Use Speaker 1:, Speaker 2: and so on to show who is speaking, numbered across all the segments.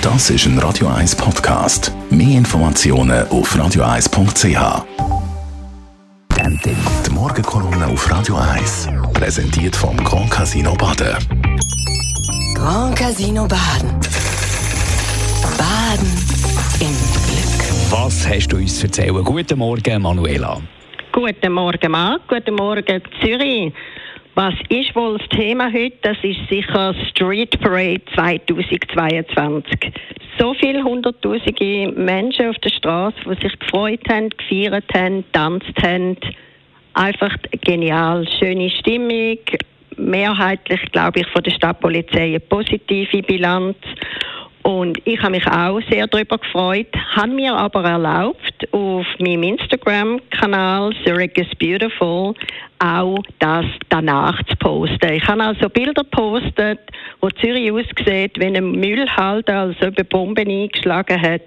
Speaker 1: Das ist ein Radio 1 Podcast. Mehr Informationen auf radio1.ch. Die Morgenkolumne auf Radio 1. Präsentiert vom Grand Casino Baden.
Speaker 2: Grand Casino Baden. Baden im Glück.
Speaker 3: Was hast du uns zu erzählen? Guten Morgen, Manuela.
Speaker 4: Guten Morgen, Marc. Guten Morgen, Zürich. Was ist wohl das Thema heute? Das ist sicher Street Parade 2022. So viele hunderttausende Menschen auf der Straße, die sich gefreut haben, gefeiert haben, getanzt haben. Einfach genial, schöne Stimmung. Mehrheitlich, glaube ich, von der Stadtpolizei eine positive Bilanz. Und ich habe mich auch sehr darüber gefreut, habe mir aber erlaubt, auf meinem Instagram-Kanal Zurich is Beautiful auch das danach zu posten. Ich habe also Bilder gepostet, wo Zürich aussieht, wenn ein Müllhalter also eine Bombe eingeschlagen hat.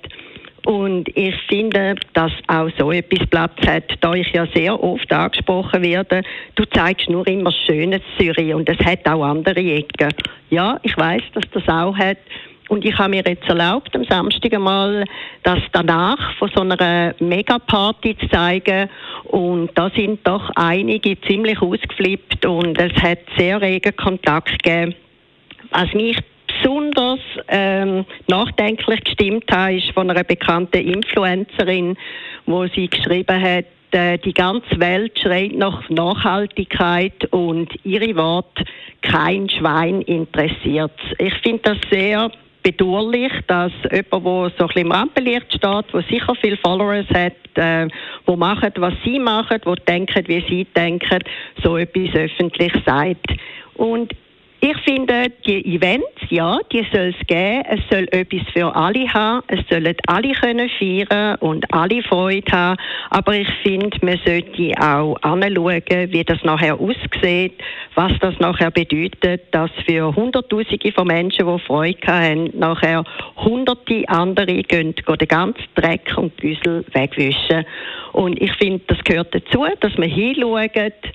Speaker 4: Und ich finde, dass auch so etwas Platz hat, da ich ja sehr oft angesprochen werde, du zeigst nur immer schönes Zürich und es hat auch andere Ecken. Ja, ich weiss, dass das auch hat. Und ich habe mir jetzt erlaubt, am Samstag einmal das danach von so einer Megaparty zu zeigen. Und da sind doch einige ziemlich ausgeflippt und es hat sehr regen Kontakt gegeben. Was mich besonders nachdenklich gestimmt hat, ist von einer bekannten Influencerin, wo sie geschrieben hat, die ganze Welt schreit nach Nachhaltigkeit und ihre Worte, kein Schwein interessiert. Ich finde das sehr bedauerlich, dass jemand, der so ein bisschen im Rampenlicht steht, der sicher viele Followers hat, die machen, was sie machen, die denken, wie sie denken, so etwas öffentlich sagt. Und ich finde, die Events, ja, die soll es geben. Es soll etwas für alle haben. Es sollen alle können feiern und alle Freude haben. Aber ich finde, man sollte auch anschauen, wie das nachher aussieht, was das nachher bedeutet, dass für Hunderttausende von Menschen, die Freude haben, nachher hunderte andere gehen den ganzen Dreck und Güssel wegwischen. Und ich finde, das gehört dazu, dass man hinschaut.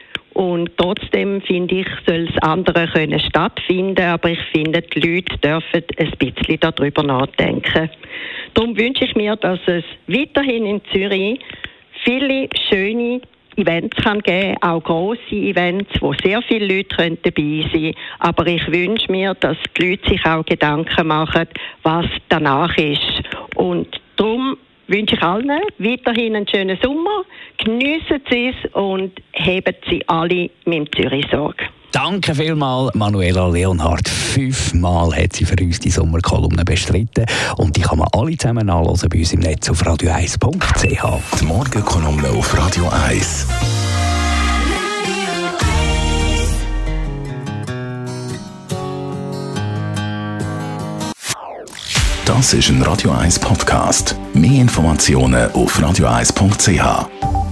Speaker 4: Und trotzdem, finde ich, soll das andere können stattfinden, aber ich finde, die Leute dürfen ein bisschen darüber nachdenken. Darum wünsche ich mir, dass es weiterhin in Zürich viele schöne Events kann geben, auch grosse Events, wo sehr viele Leute dabei sein können. Aber ich wünsche mir, dass die Leute sich auch Gedanken machen, was danach ist. Und darum wünsche ich allen weiterhin einen schönen Sommer, geniessen Sie es und heben Sie alle mit Zürich Sorge.
Speaker 3: Danke vielmals, Manuela Leonhardt. 5-mal hat sie für uns die Sommerkolumne bestritten. Und die kann man alle zusammen nachhören bei uns im Netz auf radio1.ch.
Speaker 1: Die Morgenkolumne auf Radio 1. Das ist ein Radio 1 Podcast. Mehr Informationen auf radio1.ch.